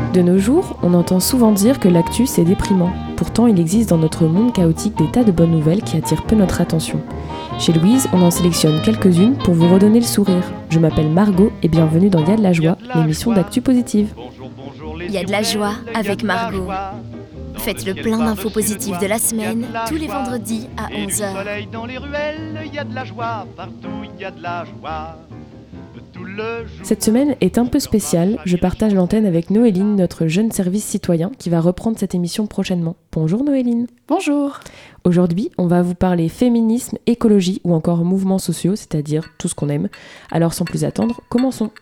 De nos jours, on entend souvent dire que l'actu c'est déprimant. Pourtant, il existe dans notre monde chaotique des tas de bonnes nouvelles qui attirent peu notre attention. Chez Louise, on en sélectionne quelques-unes pour vous redonner le sourire. Je m'appelle Margot et bienvenue dans Y a de la joie, l'émission d'actu positive. Il y a de la joie avec Margot. Faites le plein d'infos positives de la semaine, tous les vendredis à 11h. Soleil dans les ruelles, il y a de la joie, partout il y a de la joie. Cette semaine est un peu spéciale, je partage l'antenne avec Noéline, notre jeune service citoyen, qui va reprendre cette émission prochainement. Bonjour Noéline. Bonjour. Aujourd'hui, on va vous parler féminisme, écologie ou encore mouvements sociaux, c'est-à-dire tout ce qu'on aime. Alors sans plus attendre, commençons.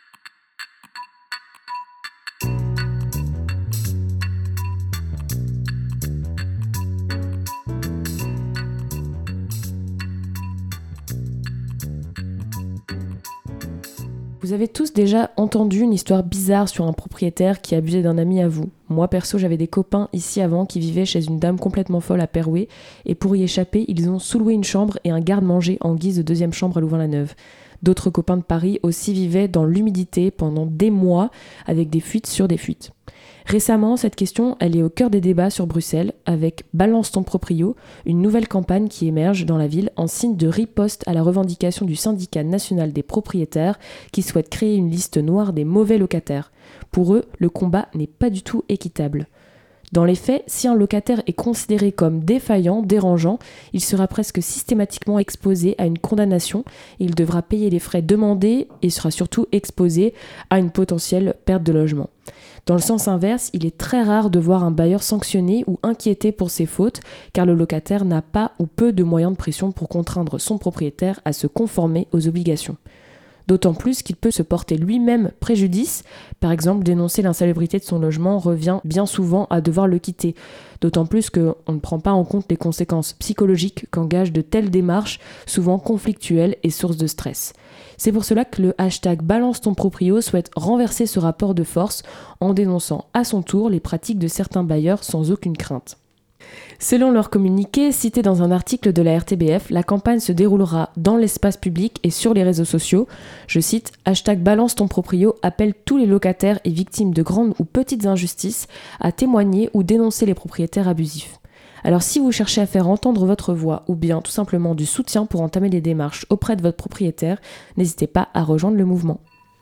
Vous avez tous déjà entendu une histoire bizarre sur un propriétaire qui abusait d'un ami à vous. Moi perso, j'avais des copains ici avant qui vivaient chez une dame complètement folle à Perouet et pour y échapper, ils ont sous-loué une chambre et un garde-manger en guise de deuxième chambre à Louvain-la-Neuve. D'autres copains de Paris aussi vivaient dans l'humidité pendant des mois avec des fuites sur des fuites. Récemment, cette question, elle est au cœur des débats sur Bruxelles avec Balance ton proprio, une nouvelle campagne qui émerge dans la ville en signe de riposte à la revendication du syndicat national des propriétaires qui souhaite créer une liste noire des mauvais locataires. Pour eux, le combat n'est pas du tout équitable. Dans les faits, si un locataire est considéré comme défaillant, dérangeant, il sera presque systématiquement exposé à une condamnation et il devra payer les frais demandés et sera surtout exposé à une potentielle perte de logement. Dans le sens inverse, il est très rare de voir un bailleur sanctionné ou inquiété pour ses fautes, car le locataire n'a pas ou peu de moyens de pression pour contraindre son propriétaire à se conformer aux obligations. D'autant plus qu'il peut se porter lui-même préjudice. Par exemple, dénoncer l'insalubrité de son logement revient bien souvent à devoir le quitter. D'autant plus qu'on ne prend pas en compte les conséquences psychologiques qu'engagent de telles démarches, souvent conflictuelles et sources de stress. C'est pour cela que le hashtag Balance ton proprio souhaite renverser ce rapport de force en dénonçant à son tour les pratiques de certains bailleurs sans aucune crainte. Selon leur communiqué, cité dans un article de la RTBF, la campagne se déroulera dans l'espace public et sur les réseaux sociaux. Je cite, hashtag Balance ton proprio appelle tous les locataires et victimes de grandes ou petites injustices à témoigner ou dénoncer les propriétaires abusifs. Alors si vous cherchez à faire entendre votre voix ou bien tout simplement du soutien pour entamer des démarches auprès de votre propriétaire, n'hésitez pas à rejoindre le mouvement.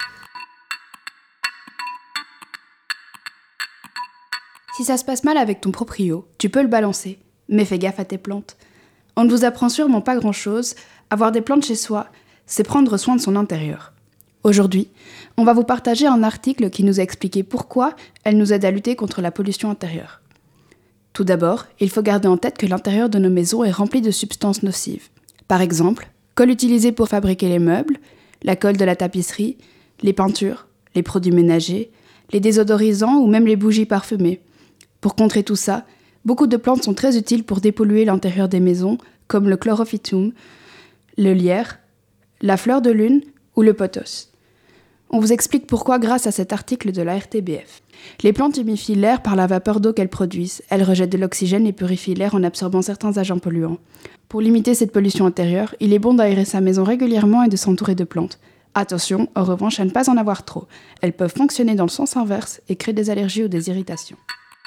Si ça se passe mal avec ton proprio, tu peux le balancer, mais fais gaffe à tes plantes. On ne vous apprend sûrement pas grand-chose, avoir des plantes chez soi, c'est prendre soin de son intérieur. Aujourd'hui, on va vous partager un article qui nous a expliqué pourquoi elles nous aident à lutter contre la pollution intérieure. Tout d'abord, il faut garder en tête que l'intérieur de nos maisons est rempli de substances nocives. Par exemple, colle utilisée pour fabriquer les meubles, la colle de la tapisserie, les peintures, les produits ménagers, les désodorisants ou même les bougies parfumées. Pour contrer tout ça, beaucoup de plantes sont très utiles pour dépolluer l'intérieur des maisons, comme le chlorophytum, le lierre, la fleur de lune ou le pothos. On vous explique pourquoi grâce à cet article de la RTBF. Les plantes humifient l'air par la vapeur d'eau qu'elles produisent. Elles rejettent de l'oxygène et purifient l'air en absorbant certains agents polluants. Pour limiter cette pollution intérieure, il est bon d'aérer sa maison régulièrement et de s'entourer de plantes. Attention, en revanche, à ne pas en avoir trop. Elles peuvent fonctionner dans le sens inverse et créer des allergies ou des irritations.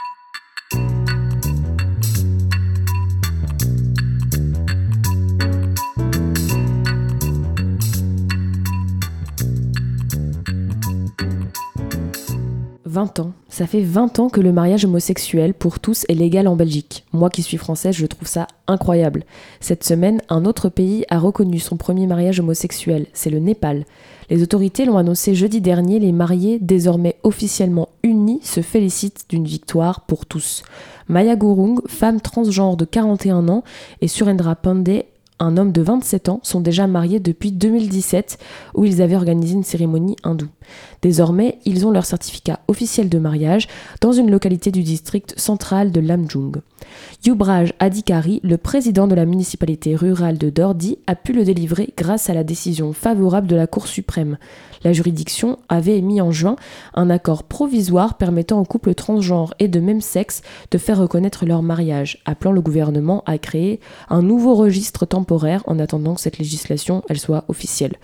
Ça fait 20 ans que le mariage homosexuel pour tous est légal en Belgique. Moi qui suis française, je trouve ça incroyable. Cette semaine, un autre pays a reconnu son premier mariage homosexuel, c'est le Népal. Les autorités l'ont annoncé jeudi dernier, les mariés, désormais officiellement unis, se félicitent d'une victoire pour tous. Maya Gurung, femme transgenre de 41 ans, et Surendra Pandey, un homme de 27 ans, sont déjà mariés depuis 2017 où ils avaient organisé une cérémonie hindoue. Désormais, ils ont leur certificat officiel de mariage dans une localité du district central de Lamjung. Yubraj Adhikari, le président de la municipalité rurale de Dordi, a pu le délivrer grâce à la décision favorable de la Cour suprême. La juridiction avait émis en juin un accord provisoire permettant aux couples transgenres et de même sexe de faire reconnaître leur mariage, appelant le gouvernement à créer un nouveau registre temporaire en attendant que cette législation elle soit officielle.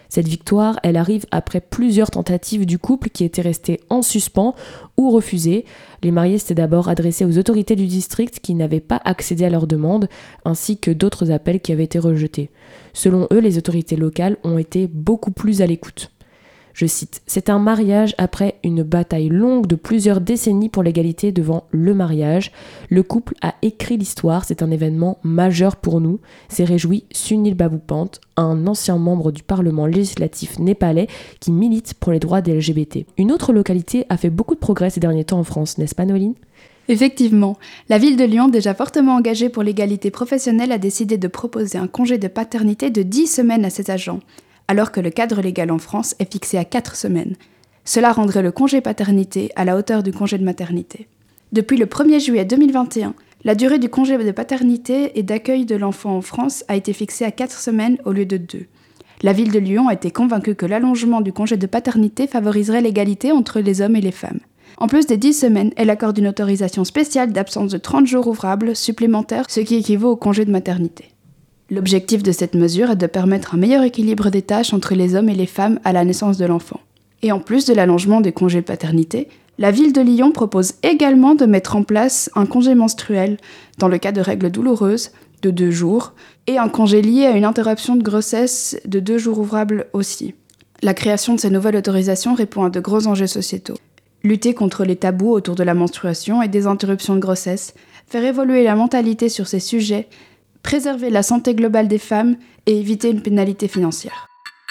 Cette victoire, elle arrive après plusieurs tentatives du couple qui étaient restées en suspens ou refusées. Les mariés s'étaient d'abord adressés aux autorités du district qui n'avaient pas accédé à leur demande, ainsi que d'autres appels qui avaient été rejetés. Selon eux, les autorités locales ont été beaucoup plus à l'écoute. Je cite, « C'est un mariage après une bataille longue de plusieurs décennies pour l'égalité devant le mariage. Le couple a écrit l'histoire, c'est un événement majeur pour nous. » s'est réjoui Sunil Babupant, un ancien membre du Parlement législatif népalais qui milite pour les droits des LGBT. Une autre localité a fait beaucoup de progrès ces derniers temps en France, n'est-ce pas Noline ? Effectivement, la ville de Lyon, déjà fortement engagée pour l'égalité professionnelle, a décidé de proposer un congé de paternité de 10 semaines à ses agents, alors que le cadre légal en France est fixé à 4 semaines. Cela rendrait le congé paternité à la hauteur du congé de maternité. Depuis le 1er juillet 2021, la durée du congé de paternité et d'accueil de l'enfant en France a été fixée à 4 semaines au lieu de 2. La ville de Lyon a été convaincue que l'allongement du congé de paternité favoriserait l'égalité entre les hommes et les femmes. En plus des 10 semaines, elle accorde une autorisation spéciale d'absence de 30 jours ouvrables supplémentaires, ce qui équivaut au congé de maternité. L'objectif de cette mesure est de permettre un meilleur équilibre des tâches entre les hommes et les femmes à la naissance de l'enfant. Et en plus de l'allongement des congés de paternité, la ville de Lyon propose également de mettre en place un congé menstruel dans le cas de règles douloureuses de 2 jours et un congé lié à une interruption de grossesse de 2 jours ouvrables aussi. La création de ces nouvelles autorisations répond à de gros enjeux sociétaux. Lutter contre les tabous autour de la menstruation et des interruptions de grossesse, faire évoluer la mentalité sur ces sujets, préserver la santé globale des femmes et éviter une pénalité financière.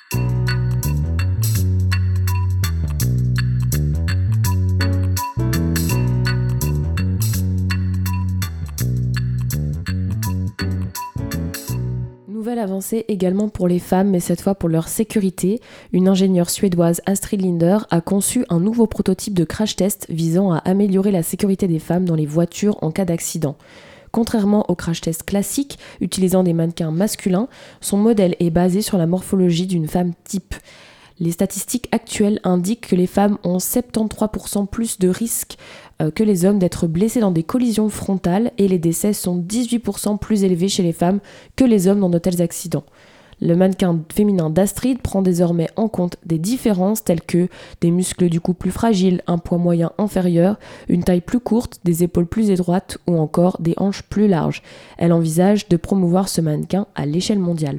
Nouvelle avancée également pour les femmes, mais cette fois pour leur sécurité. Une ingénieure suédoise, Astrid Linder, a conçu un nouveau prototype de crash test visant à améliorer la sécurité des femmes dans les voitures en cas d'accident. Contrairement au crash test classique, utilisant des mannequins masculins, son modèle est basé sur la morphologie d'une femme type. Les statistiques actuelles indiquent que les femmes ont 73% plus de risques que les hommes d'être blessés dans des collisions frontales et les décès sont 18% plus élevés chez les femmes que les hommes dans de tels accidents. Le mannequin féminin d'Astrid prend désormais en compte des différences telles que des muscles du cou plus fragiles, un poids moyen inférieur, une taille plus courte, des épaules plus étroites ou encore des hanches plus larges. Elle envisage de promouvoir ce mannequin à l'échelle mondiale.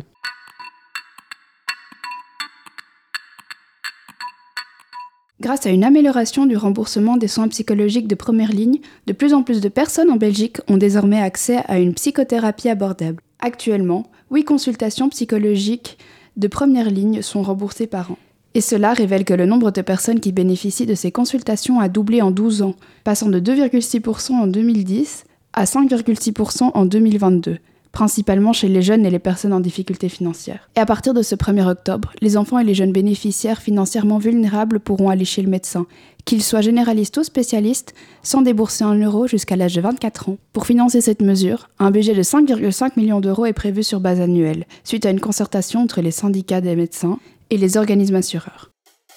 Grâce à une amélioration du remboursement des soins psychologiques de première ligne, de plus en plus de personnes en Belgique ont désormais accès à une psychothérapie abordable. Actuellement, 8 consultations psychologiques de première ligne sont remboursées par an. Et cela révèle que le nombre de personnes qui bénéficient de ces consultations a doublé en 12 ans, passant de 2,6% en 2010 à 5,6% en 2022. Principalement chez les jeunes et les personnes en difficulté financière. Et à partir de ce 1er octobre, les enfants et les jeunes bénéficiaires financièrement vulnérables pourront aller chez le médecin, qu'ils soient généralistes ou spécialistes, sans débourser 1 euro jusqu'à l'âge de 24 ans. Pour financer cette mesure, un budget de 5,5 millions d'euros est prévu sur base annuelle, suite à une concertation entre les syndicats des médecins et les organismes assureurs.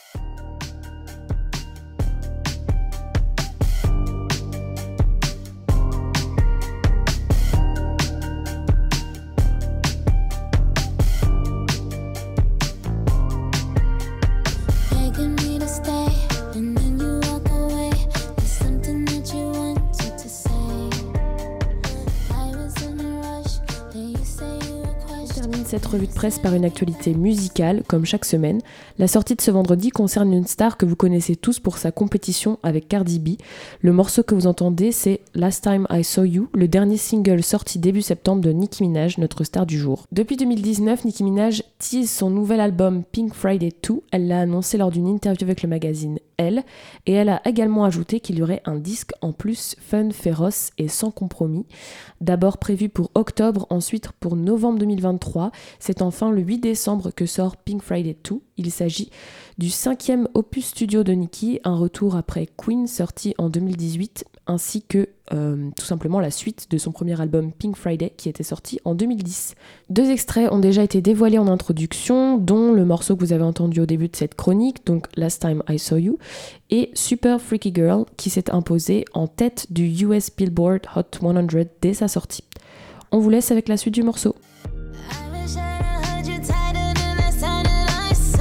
Cette revue de presse par une actualité musicale, comme chaque semaine. La sortie de ce vendredi concerne une star que vous connaissez tous pour sa compétition avec Cardi B. Le morceau que vous entendez, c'est Last Time I Saw You, le dernier single sorti début septembre de Nicki Minaj, notre star du jour. Depuis 2019, Nicki Minaj tease son nouvel album Pink Friday 2. Elle l'a annoncé lors d'une interview avec le magazine Elle, et elle a également ajouté qu'il y aurait un disque en plus fun, féroce et sans compromis. D'abord prévu pour octobre, ensuite pour novembre 2023. C'est enfin le 8 décembre que sort Pink Friday 2. Il s'agit du 5e opus studio de Nicki, un retour après Queen sorti en 2018, ainsi que tout simplement la suite de son premier album Pink Friday qui était sorti en 2010. 2 extraits ont déjà été dévoilés en introduction, dont le morceau que vous avez entendu au début de cette chronique, donc Last Time I Saw You, et Super Freaky Girl qui s'est imposé en tête du US Billboard Hot 100 dès sa sortie. On vous laisse avec la suite du morceau. I wish I heard you tighter than that sounded like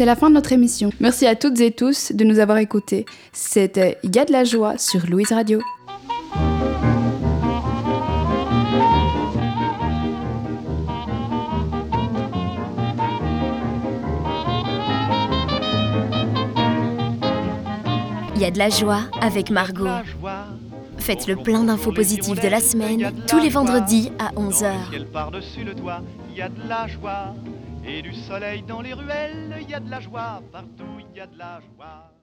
C'est la fin de notre émission. Merci à toutes et tous de nous avoir écoutés. C'était Il y a de la joie sur Louise Radio. Il y a de la joie avec Margot. Faites le plein d'infos positives de la semaine, tous les vendredis à 11h. Par-dessus le toit, il y a de la joie. Et du soleil dans les ruelles, il y a de la joie. Partout, il y a de la joie.